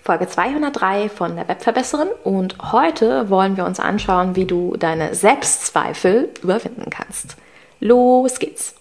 Folge 203 von der Webverbesserin und heute wollen wir uns anschauen, wie du deine Selbstzweifel überwinden kannst. Los geht's!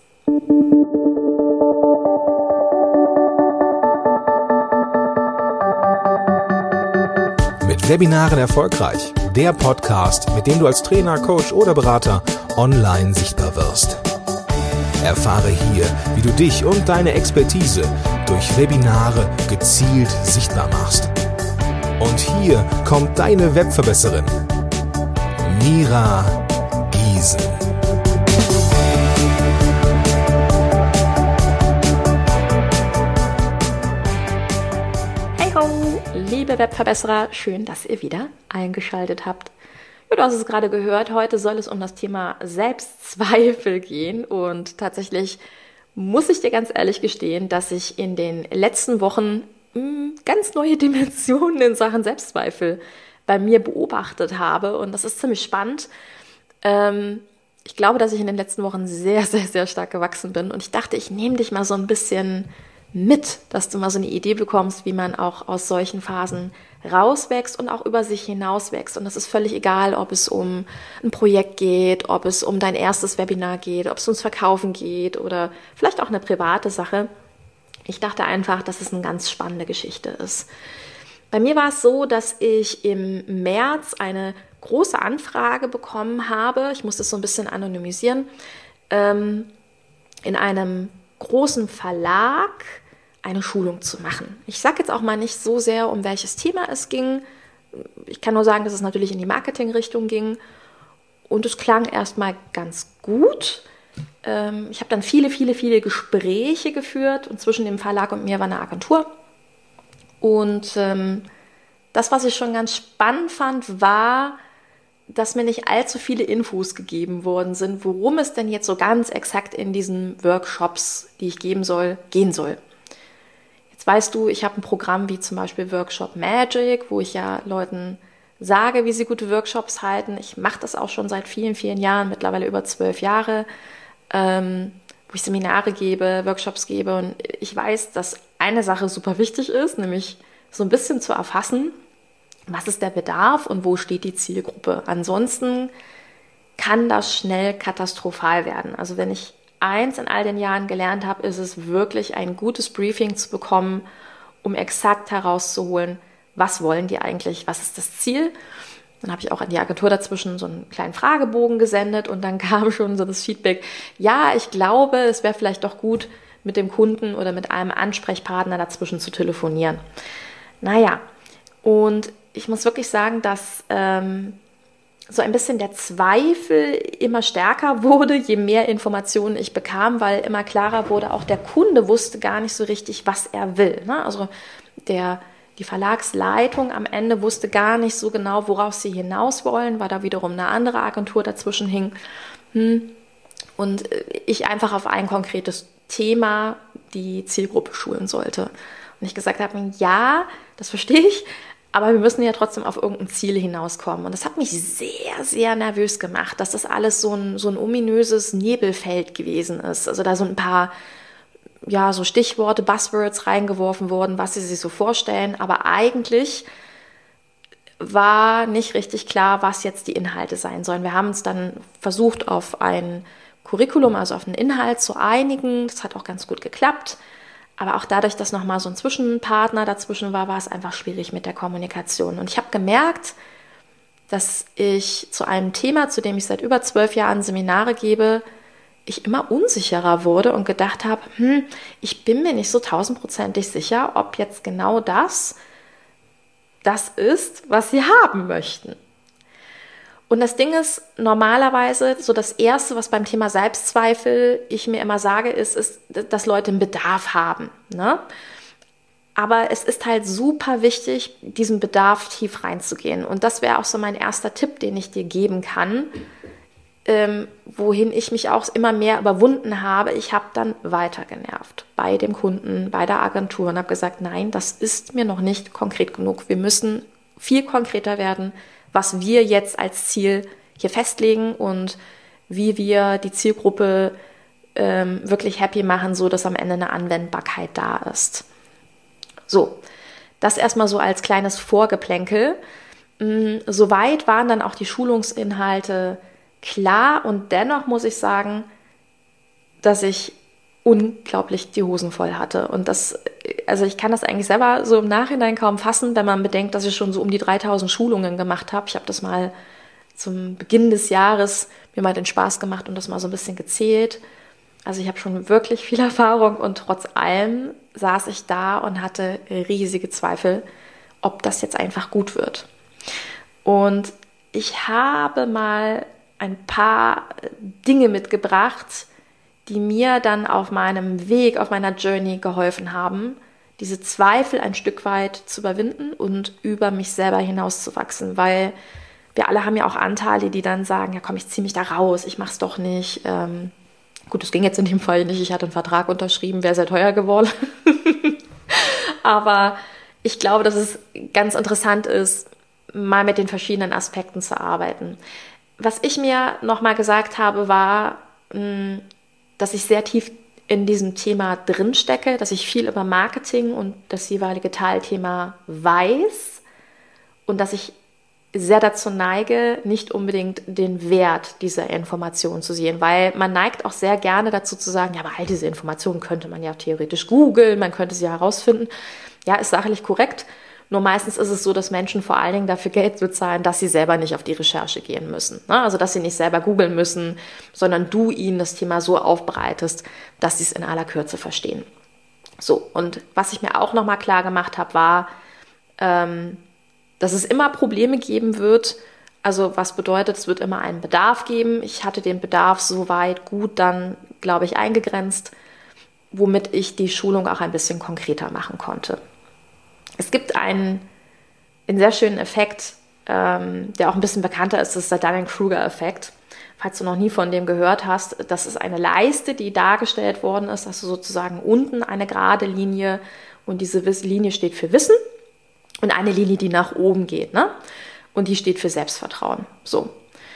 Mit Webinaren erfolgreich. Der Podcast, mit dem du als Trainer, Coach oder Berater online sichtbar wirst. Erfahre hier, wie du dich und deine Expertise durch Webinare gezielt sichtbar machst. Und hier kommt deine Webverbesserin, Mira Giesen. Hey ho, liebe Webverbesserer, schön, dass ihr wieder eingeschaltet habt. Ja, du hast es gerade gehört, heute soll es um das Thema Selbstzweifel gehen und tatsächlich muss ich dir ganz ehrlich gestehen, dass ich in den letzten Wochen ganz neue Dimensionen in Sachen Selbstzweifel bei mir beobachtet habe und das ist ziemlich spannend. Ich glaube, dass ich in den letzten Wochen sehr, sehr, sehr stark gewachsen bin und ich dachte, ich nehme dich mal so ein bisschen mit, dass du mal so eine Idee bekommst, wie man auch aus solchen Phasen rauswächst und auch über sich hinauswächst. Und das ist völlig egal, ob es um ein Projekt geht, ob es um dein erstes Webinar geht, ob es ums Verkaufen geht oder vielleicht auch eine private Sache. Ich dachte einfach, dass es eine ganz spannende Geschichte ist. Bei mir war es so, dass ich im März eine große Anfrage bekommen habe. Ich muss das so ein bisschen anonymisieren. In einem großen Verlag eine Schulung zu machen. Ich sage jetzt auch mal nicht so sehr, um welches Thema es ging. Ich kann nur sagen, dass es natürlich in die Marketingrichtung ging und es klang erstmal ganz gut. Ich habe dann viele Gespräche geführt und zwischen dem Verlag und mir war eine Agentur. Und das, was ich schon ganz spannend fand, war, dass mir nicht allzu viele Infos gegeben worden sind, worum es denn jetzt so ganz exakt in diesen Workshops, die ich geben soll, gehen soll. Jetzt weißt du, ich habe ein Programm wie zum Beispiel Workshop Magic, wo ich ja Leuten sage, wie sie gute Workshops halten. Ich mache das auch schon seit vielen Jahren, mittlerweile über 12 Jahre, wo ich Seminare gebe, Workshops gebe. Und ich weiß, dass eine Sache super wichtig ist, nämlich so ein bisschen zu erfassen, was ist der Bedarf und wo steht die Zielgruppe. Ansonsten kann das schnell katastrophal werden. Also wenn ich eins in all den Jahren gelernt habe, ist es wirklich ein gutes Briefing zu bekommen, um exakt herauszuholen, was wollen die eigentlich, was ist das Ziel. Dann habe ich auch an die Agentur dazwischen so einen kleinen Fragebogen gesendet und dann kam schon so das Feedback, ja, ich glaube, es wäre vielleicht doch gut, mit dem Kunden oder mit einem Ansprechpartner dazwischen zu telefonieren. Naja, und ich muss wirklich sagen, dass so ein bisschen der Zweifel immer stärker wurde, je mehr Informationen ich bekam, weil immer klarer wurde, auch der Kunde wusste gar nicht so richtig, was er will. Ne? Also die Verlagsleitung am Ende wusste gar nicht so genau, worauf sie hinaus wollen, weil da wiederum eine andere Agentur dazwischen hing. Und ich einfach auf ein konkretes Thema die Zielgruppe schulen sollte. Und ich gesagt habe, ja, das verstehe ich, aber wir müssen ja trotzdem auf irgendein Ziel hinauskommen. Und das hat mich sehr, sehr nervös gemacht, dass das alles so ein ominöses Nebelfeld gewesen ist. Also da so ein paar, ja, so Stichworte, Buzzwords reingeworfen wurden, was sie sich so vorstellen. Aber eigentlich war nicht richtig klar, was jetzt die Inhalte sein sollen. Wir haben uns dann versucht, auf ein Curriculum, also auf einen Inhalt zu einigen. Das hat auch ganz gut geklappt. Aber auch dadurch, dass nochmal so ein Zwischenpartner dazwischen war, war es einfach schwierig mit der Kommunikation. Und ich habe gemerkt, dass ich zu einem Thema, zu dem ich seit über 12 Jahren Seminare gebe, ich immer unsicherer wurde und gedacht habe, ich bin mir nicht so 1000%ig sicher, ob jetzt genau das ist, was sie haben möchten. Und das Ding ist, normalerweise, so das Erste, was beim Thema Selbstzweifel ich mir immer sage, ist, dass Leute einen Bedarf haben. Ne? Aber es ist halt super wichtig, diesen Bedarf tief reinzugehen. Und das wäre auch so mein erster Tipp, den ich dir geben kann, wohin ich mich auch immer mehr überwunden habe. Ich habe dann weiter genervt bei dem Kunden, bei der Agentur und habe gesagt, nein, das ist mir noch nicht konkret genug. Wir müssen viel konkreter werden, was wir jetzt als Ziel hier festlegen und wie wir die Zielgruppe wirklich happy machen, so dass am Ende eine Anwendbarkeit da ist. So, Das erstmal so als kleines Vorgeplänkel. Soweit waren dann auch die Schulungsinhalte klar und dennoch muss ich sagen, dass ich unglaublich die Hosen voll hatte. Und also ich kann das eigentlich selber so im Nachhinein kaum fassen, wenn man bedenkt, dass ich schon so um die 3000 Schulungen gemacht habe. Ich habe das mal zum Beginn des Jahres mir mal den Spaß gemacht und das mal so ein bisschen gezählt. Also ich habe schon wirklich viel Erfahrung und trotz allem saß ich da und hatte riesige Zweifel, ob das jetzt einfach gut wird. Und ich habe mal ein paar Dinge mitgebracht, die mir dann auf meinem Weg, auf meiner Journey geholfen haben, diese Zweifel ein Stück weit zu überwinden und über mich selber hinauszuwachsen, weil wir alle haben ja auch Anteile, die dann sagen, ja komm, ich ziehe mich da raus, ich mach's doch nicht. Gut, das ging jetzt in dem Fall nicht, ich hatte einen Vertrag unterschrieben, wäre sehr teuer geworden. Aber ich glaube, dass es ganz interessant ist, mal mit den verschiedenen Aspekten zu arbeiten. Was ich mir nochmal gesagt habe, war, dass ich sehr tief in diesem Thema drinstecke, dass ich viel über Marketing und das jeweilige Teilthema weiß und dass ich sehr dazu neige, nicht unbedingt den Wert dieser Information zu sehen, weil man neigt auch sehr gerne dazu zu sagen, ja, aber all diese Informationen könnte man ja theoretisch googeln, man könnte sie herausfinden. Ja, ist sachlich korrekt, nur meistens ist es so, dass Menschen vor allen Dingen dafür Geld bezahlen, dass sie selber nicht auf die Recherche gehen müssen. Also, dass sie nicht selber googeln müssen, sondern du ihnen das Thema so aufbereitest, dass sie es in aller Kürze verstehen. So, und was ich mir auch nochmal klar gemacht habe, war, dass es immer Probleme geben wird. Also was bedeutet, es wird immer einen Bedarf geben. Ich hatte den Bedarf soweit gut dann, glaube ich, eingegrenzt, womit ich die Schulung auch ein bisschen konkreter machen konnte. Es gibt einen sehr schönen Effekt, der auch ein bisschen bekannter ist, das ist der Dunning-Kruger-Effekt. Falls du noch nie von dem gehört hast, das ist eine Leiste, die dargestellt worden ist, dass du sozusagen unten eine gerade Linie und diese Linie steht für Wissen. Und eine Linie, die nach oben geht, ne? Und die steht für Selbstvertrauen. So.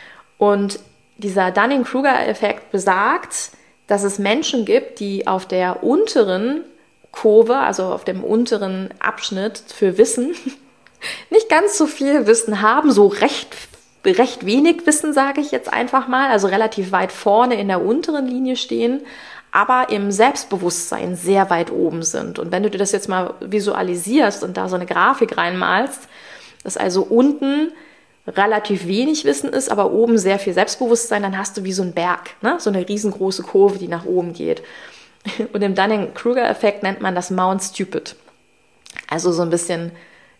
Und dieser Dunning-Kruger-Effekt besagt, dass es Menschen gibt, die auf der unteren Kurve, also auf dem unteren Abschnitt für Wissen, nicht ganz so viel Wissen haben, so recht wenig Wissen, sage ich jetzt einfach mal, also relativ weit vorne in der unteren Linie stehen, aber im Selbstbewusstsein sehr weit oben sind. Und wenn du dir das jetzt mal visualisierst und da so eine Grafik reinmalst, dass also unten relativ wenig Wissen ist, aber oben sehr viel Selbstbewusstsein, dann hast du wie so einen Berg, ne? So eine riesengroße Kurve, die nach oben geht. Und im Dunning-Kruger-Effekt nennt man das Mount Stupid. Also so ein bisschen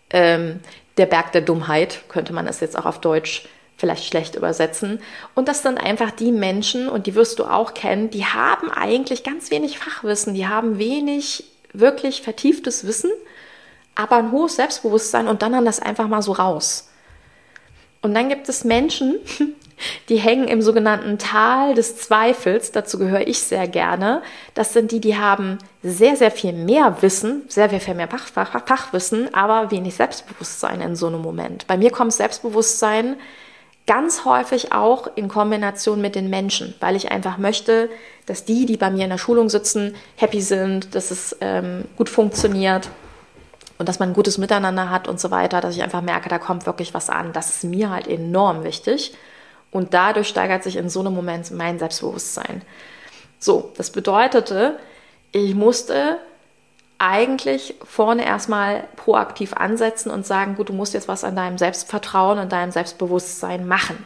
der Berg der Dummheit, könnte man es jetzt auch auf Deutsch vielleicht schlecht übersetzen. Und das sind einfach die Menschen, und die wirst du auch kennen, die haben eigentlich ganz wenig Fachwissen, die haben wenig wirklich vertieftes Wissen, aber ein hohes Selbstbewusstsein und dann das einfach mal so raus. Und dann gibt es Menschen, die hängen im sogenannten Tal des Zweifels, dazu gehöre ich sehr gerne. Das sind die haben sehr, sehr viel mehr Wissen, sehr, sehr viel mehr Fachwissen, aber wenig Selbstbewusstsein in so einem Moment. Bei mir kommt Selbstbewusstsein ganz häufig auch in Kombination mit den Menschen, weil ich einfach möchte, dass die bei mir in der Schulung sitzen, happy sind, dass es gut funktioniert und dass man ein gutes Miteinander hat und so weiter, dass ich einfach merke, da kommt wirklich was an. Das ist mir halt enorm wichtig und dadurch steigert sich in so einem Moment mein Selbstbewusstsein. So, das bedeutete, ich musste eigentlich vorne erstmal proaktiv ansetzen und sagen, gut, du musst jetzt was an deinem Selbstvertrauen und deinem Selbstbewusstsein machen.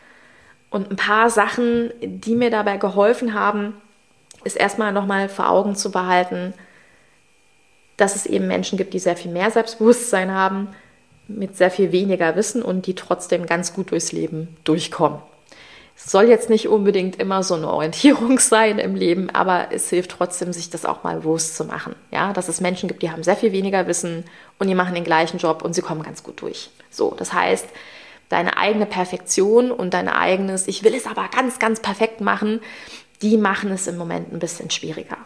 Und ein paar Sachen, die mir dabei geholfen haben, ist erstmal nochmal vor Augen zu behalten, dass es eben Menschen gibt, die sehr viel mehr Selbstbewusstsein haben, mit sehr viel weniger Wissen und die trotzdem ganz gut durchs Leben durchkommen. Es soll jetzt nicht unbedingt immer so eine Orientierung sein im Leben, aber es hilft trotzdem, sich das auch mal bewusst zu machen. Ja, dass es Menschen gibt, die haben sehr viel weniger Wissen und die machen den gleichen Job und sie kommen ganz gut durch. So, das heißt, deine eigene Perfektion und dein eigenes, ich will es aber ganz, ganz perfekt machen, die machen es im Moment ein bisschen schwieriger.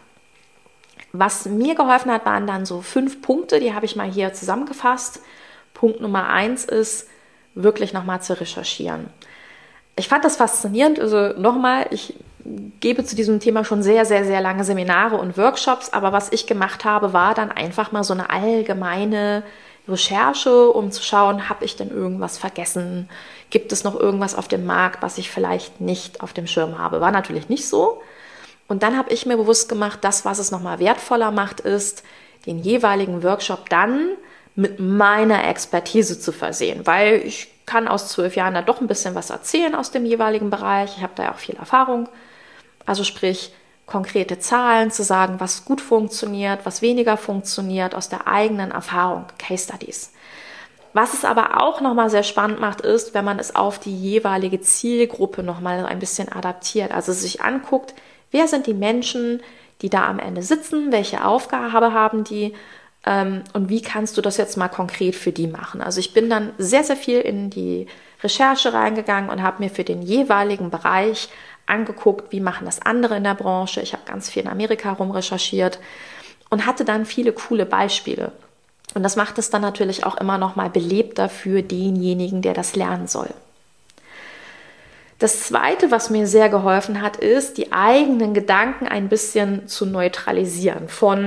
Was mir geholfen hat, waren dann so 5 Punkte, die habe ich mal hier zusammengefasst. Punkt Nummer 1 ist, wirklich nochmal zu recherchieren. Ich fand das faszinierend, also nochmal, ich gebe zu diesem Thema schon sehr, sehr, sehr lange Seminare und Workshops, aber was ich gemacht habe, war dann einfach mal so eine allgemeine Recherche, um zu schauen, habe ich denn irgendwas vergessen? Gibt es noch irgendwas auf dem Markt, was ich vielleicht nicht auf dem Schirm habe? War natürlich nicht so. Und dann habe ich mir bewusst gemacht, das, was es nochmal wertvoller macht, ist, den jeweiligen Workshop dann mit meiner Expertise zu versehen, weil ich kann aus 12 Jahren da doch ein bisschen was erzählen aus dem jeweiligen Bereich. Ich habe da ja auch viel Erfahrung. Also sprich, konkrete Zahlen zu sagen, was gut funktioniert, was weniger funktioniert, aus der eigenen Erfahrung, Case Studies. Was es aber auch nochmal sehr spannend macht, ist, wenn man es auf die jeweilige Zielgruppe nochmal ein bisschen adaptiert. Also sich anguckt, wer sind die Menschen, die da am Ende sitzen, welche Aufgabe haben die und wie kannst du das jetzt mal konkret für die machen. Also ich bin dann sehr, sehr viel in die Recherche reingegangen und habe mir für den jeweiligen Bereich angeguckt, wie machen das andere in der Branche. Ich habe ganz viel in Amerika rumrecherchiert und hatte dann viele coole Beispiele. Und das macht es dann natürlich auch immer noch mal belebter für denjenigen, der das lernen soll. Das Zweite, was mir sehr geholfen hat, ist, die eigenen Gedanken ein bisschen zu neutralisieren.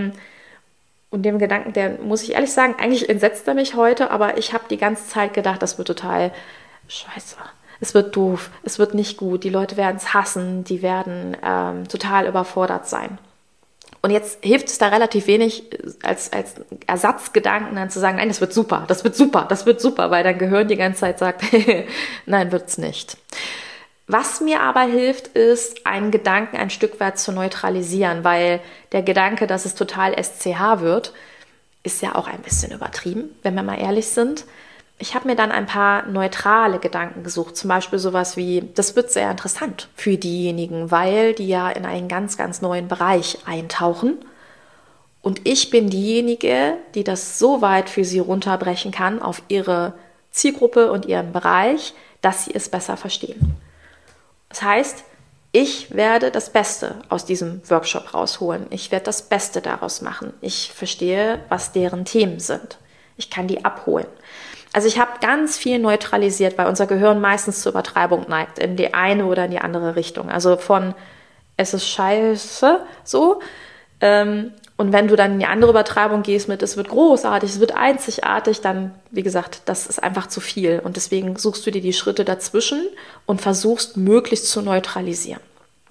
Und dem Gedanken, der, muss ich ehrlich sagen, eigentlich entsetzt er mich heute, aber ich habe die ganze Zeit gedacht, das wird total scheiße. Es wird doof, es wird nicht gut, die Leute werden es hassen, die werden total überfordert sein. Und jetzt hilft es da relativ wenig, als Ersatzgedanken dann zu sagen, nein, das wird super, das wird super, das wird super, weil dein Gehirn die ganze Zeit sagt, nein, wird's nicht. Was mir aber hilft, ist, einen Gedanken ein Stück weit zu neutralisieren, weil der Gedanke, dass es total SCH wird, ist ja auch ein bisschen übertrieben, wenn wir mal ehrlich sind. Ich habe mir dann ein paar neutrale Gedanken gesucht, zum Beispiel sowas wie, das wird sehr interessant für diejenigen, weil die ja in einen ganz, ganz neuen Bereich eintauchen. Und ich bin diejenige, die das so weit für sie runterbrechen kann auf ihre Zielgruppe und ihren Bereich, dass sie es besser verstehen. Das heißt, ich werde das Beste aus diesem Workshop rausholen. Ich werde das Beste daraus machen. Ich verstehe, was deren Themen sind. Ich kann die abholen. Also ich habe ganz viel neutralisiert, weil unser Gehirn meistens zur Übertreibung neigt, in die eine oder in die andere Richtung. Also von es ist scheiße, so. Und wenn du dann in die andere Übertreibung gehst mit es wird großartig, es wird einzigartig, dann, wie gesagt, das ist einfach zu viel. Und deswegen suchst du dir die Schritte dazwischen und versuchst möglichst zu neutralisieren.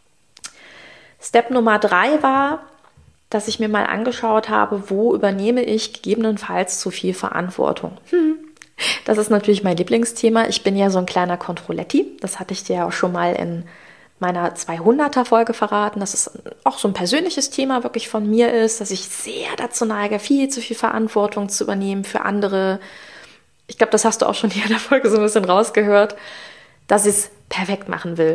Step Nummer 3 war, dass ich mir mal angeschaut habe, wo übernehme ich gegebenenfalls zu viel Verantwortung. Das ist natürlich mein Lieblingsthema. Ich bin ja so ein kleiner Controletti. Das hatte ich dir ja auch schon mal in meiner 200er-Folge verraten, dass es auch so ein persönliches Thema wirklich von mir ist, dass ich sehr dazu neige, viel zu viel Verantwortung zu übernehmen für andere. Ich glaube, das hast du auch schon hier in der Folge so ein bisschen rausgehört, dass ich es perfekt machen will.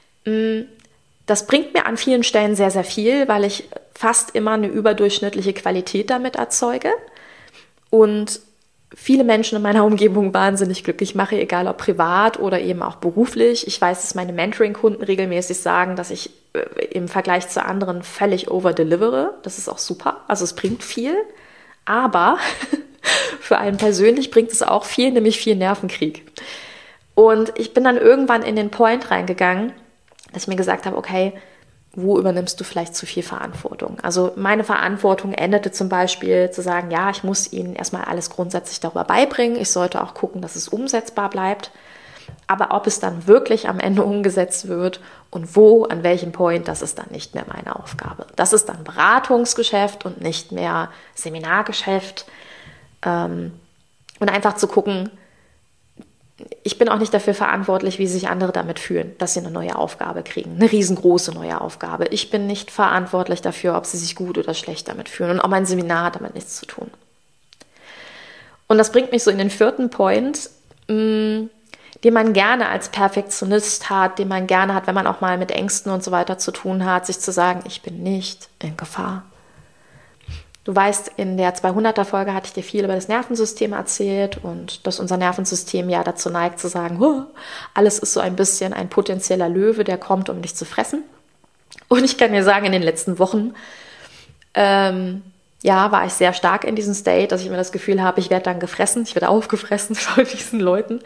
Das bringt mir an vielen Stellen sehr, sehr viel, weil ich fast immer eine überdurchschnittliche Qualität damit erzeuge und viele Menschen in meiner Umgebung wahnsinnig glücklich mache, egal ob privat oder eben auch beruflich. Ich weiß, dass meine Mentoring-Kunden regelmäßig sagen, dass ich im Vergleich zu anderen völlig overdelivere. Das ist auch super. Also es bringt viel, aber für einen persönlich bringt es auch viel, nämlich viel Nervenkrieg. Und ich bin dann irgendwann in den Point reingegangen, dass ich mir gesagt habe, okay, wo übernimmst du vielleicht zu viel Verantwortung? Also meine Verantwortung endete zum Beispiel zu sagen, ja, ich muss ihnen erstmal alles grundsätzlich darüber beibringen. Ich sollte auch gucken, dass es umsetzbar bleibt. Aber ob es dann wirklich am Ende umgesetzt wird und wo, an welchem Point, das ist dann nicht mehr meine Aufgabe. Das ist dann Beratungsgeschäft und nicht mehr Seminargeschäft. Und einfach zu gucken, ich bin auch nicht dafür verantwortlich, wie sich andere damit fühlen, dass sie eine neue Aufgabe kriegen, eine riesengroße neue Aufgabe. Ich bin nicht verantwortlich dafür, ob sie sich gut oder schlecht damit fühlen. Und auch mein Seminar hat damit nichts zu tun. Und das bringt mich so in den 4. Point, den man gerne als Perfektionist hat, den man gerne hat, wenn man auch mal mit Ängsten und so weiter zu tun hat, sich zu sagen, ich bin nicht in Gefahr. Du weißt, in der 200er-Folge hatte ich dir viel über das Nervensystem erzählt und dass unser Nervensystem ja dazu neigt zu sagen, alles ist so ein bisschen ein potenzieller Löwe, der kommt, um dich zu fressen. Und ich kann dir sagen, in den letzten Wochen war ich sehr stark in diesem State, dass ich immer das Gefühl habe, ich werde dann gefressen, ich werde aufgefressen von diesen Leuten.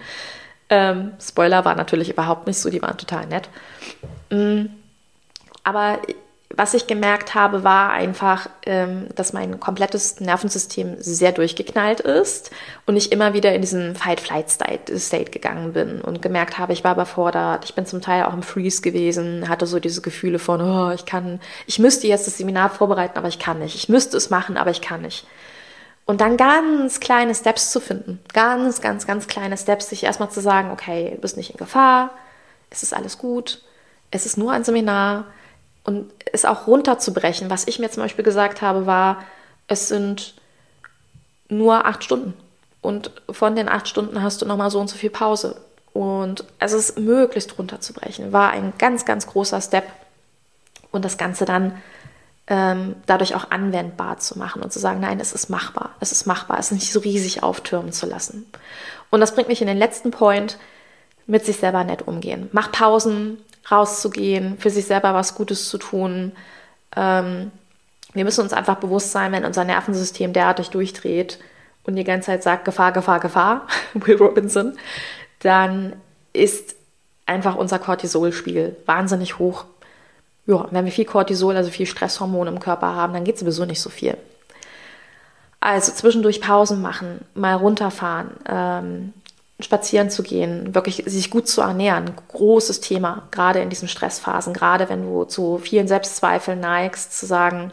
Spoiler war natürlich überhaupt nicht so, die waren total nett. Aber was ich gemerkt habe, war einfach, dass mein komplettes Nervensystem sehr durchgeknallt ist und ich immer wieder in diesen Fight-Flight-State gegangen bin und gemerkt habe, ich war überfordert. Ich bin zum Teil auch im Freeze gewesen, hatte so diese Gefühle von, ich müsste jetzt das Seminar vorbereiten, aber ich kann nicht. Ich müsste es machen, aber ich kann nicht. Und dann ganz kleine Steps zu finden. Ganz, ganz, ganz kleine Steps, sich erstmal zu sagen, okay, du bist nicht in Gefahr, es ist alles gut, es ist nur ein Seminar. Und es auch runterzubrechen. Was ich mir zum Beispiel gesagt habe, war, es sind nur 8 Stunden. Und von den 8 Stunden hast du nochmal so und so viel Pause. Und es ist möglichst runterzubrechen. War ein ganz, ganz großer Step. Und das Ganze dann dadurch auch anwendbar zu machen und zu sagen, nein, es ist machbar. Es ist machbar. Es ist nicht so riesig auftürmen zu lassen. Und das bringt mich in den letzten Point, mit sich selber nett umgehen. Mach Pausen, rauszugehen, für sich selber was Gutes zu tun. Wir müssen uns einfach bewusst sein, wenn unser Nervensystem derartig durchdreht und die ganze Zeit sagt, Gefahr, Gefahr, Gefahr, Will Robinson, dann ist einfach unser Cortisolspiegel wahnsinnig hoch. Ja, wenn wir viel Cortisol, also viel Stresshormone im Körper haben, dann geht sowieso nicht so viel. Also zwischendurch Pausen machen, mal runterfahren, spazieren zu gehen, wirklich sich gut zu ernähren, großes Thema, gerade in diesen Stressphasen, gerade wenn du zu vielen Selbstzweifeln neigst, zu sagen,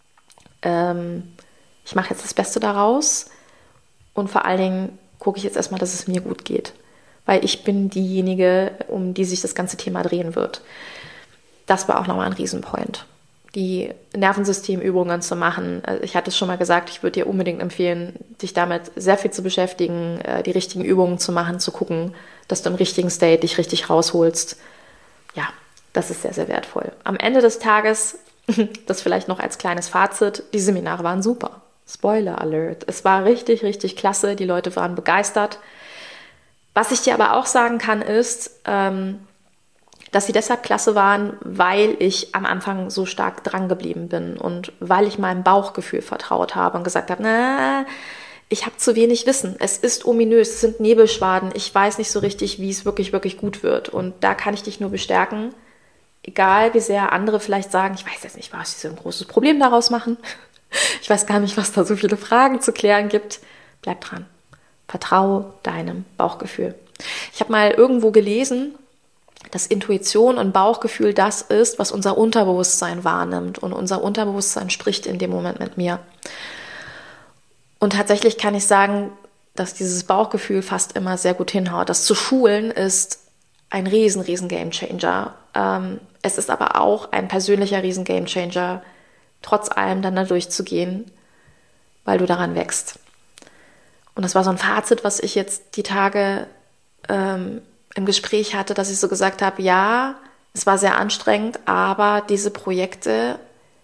ich mache jetzt das Beste daraus und vor allen Dingen gucke ich jetzt erstmal, dass es mir gut geht, weil ich bin diejenige, um die sich das ganze Thema drehen wird. Das war auch nochmal ein Riesenpoint. Die Nervensystemübungen zu machen. Ich hatte es schon mal gesagt, ich würde dir unbedingt empfehlen, dich damit sehr viel zu beschäftigen, die richtigen Übungen zu machen, zu gucken, dass du im richtigen State dich richtig rausholst. Ja, das ist sehr, sehr wertvoll. Am Ende des Tages, das vielleicht noch als kleines Fazit, die Seminare waren super. Spoiler Alert. Es war richtig, richtig klasse. Die Leute waren begeistert. Was ich dir aber auch sagen kann, ist, dass sie deshalb klasse waren, weil ich am Anfang so stark dran geblieben bin und weil ich meinem Bauchgefühl vertraut habe und gesagt habe, ich habe zu wenig Wissen, es ist ominös, es sind Nebelschwaden, ich weiß nicht so richtig, wie es wirklich, wirklich gut wird. Und da kann ich dich nur bestärken, egal wie sehr andere vielleicht sagen, ich weiß jetzt nicht, was sie so ein großes Problem daraus machen, ich weiß gar nicht, was da so viele Fragen zu klären gibt, bleib dran, vertraue deinem Bauchgefühl. Ich habe mal irgendwo gelesen, dass Intuition und Bauchgefühl das ist, was unser Unterbewusstsein wahrnimmt. Und unser Unterbewusstsein spricht in dem Moment mit mir. Und tatsächlich kann ich sagen, dass dieses Bauchgefühl fast immer sehr gut hinhaut. Das zu schulen ist ein riesen Gamechanger. Es ist aber auch ein persönlicher riesen Gamechanger, trotz allem dann da durchzugehen, weil du daran wächst. Und das war so ein Fazit, was ich jetzt die Tage im Gespräch hatte, dass ich so gesagt habe, ja, es war sehr anstrengend, aber diese Projekte,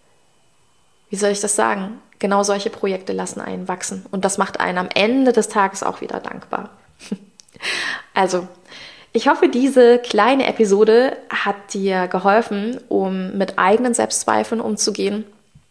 wie soll ich das sagen? Genau solche Projekte lassen einen wachsen. Und das macht einen am Ende des Tages auch wieder dankbar. Also, ich hoffe, diese kleine Episode hat dir geholfen, um mit eigenen Selbstzweifeln umzugehen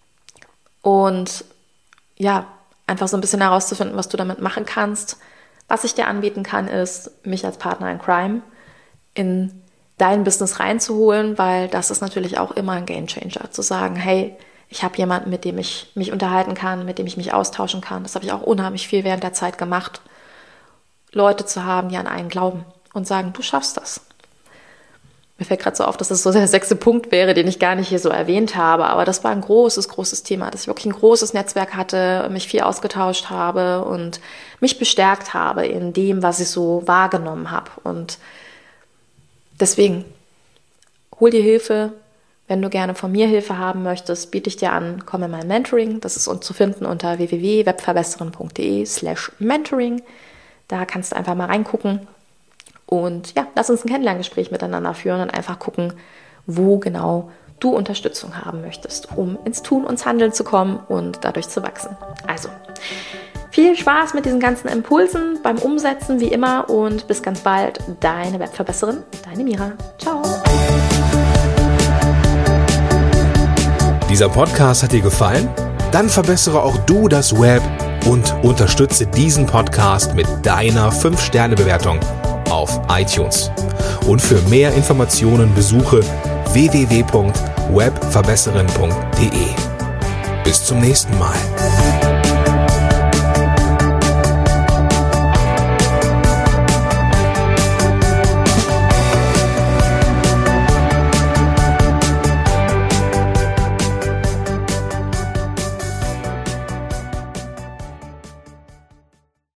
und ja, einfach so ein bisschen herauszufinden, was du damit machen kannst. Was ich dir anbieten kann, ist, mich als Partner in Crime in dein Business reinzuholen, weil das ist natürlich auch immer ein Gamechanger, zu sagen, hey, ich habe jemanden, mit dem ich mich unterhalten kann, mit dem ich mich austauschen kann. Das habe ich auch unheimlich viel während der Zeit gemacht. Leute zu haben, die an einen glauben und sagen, du schaffst das. Mir fällt gerade so auf, dass das so der 6. Punkt wäre, den ich gar nicht hier so erwähnt habe. Aber das war ein großes Thema, dass ich wirklich ein großes Netzwerk hatte, mich viel ausgetauscht habe und mich bestärkt habe in dem, was ich so wahrgenommen habe. Und deswegen, hol dir Hilfe. Wenn du gerne von mir Hilfe haben möchtest, biete ich dir an, komm in mein Mentoring. Das ist zu finden unter www.webverbesserin.de/mentoring. Da kannst du einfach mal reingucken. Und ja, lass uns ein Kennenlerngespräch miteinander führen und einfach gucken, wo genau du Unterstützung haben möchtest, um ins Tun und Handeln zu kommen und dadurch zu wachsen. Also, viel Spaß mit diesen ganzen Impulsen beim Umsetzen wie immer und bis ganz bald. Deine Webverbesserin, deine Mira. Ciao. Dieser Podcast hat dir gefallen? Dann verbessere auch du das Web und unterstütze diesen Podcast mit deiner 5-Sterne-Bewertung auf iTunes. Und für mehr Informationen besuche www.webverbesserin.de. webverbesserin.de. Bis zum nächsten Mal.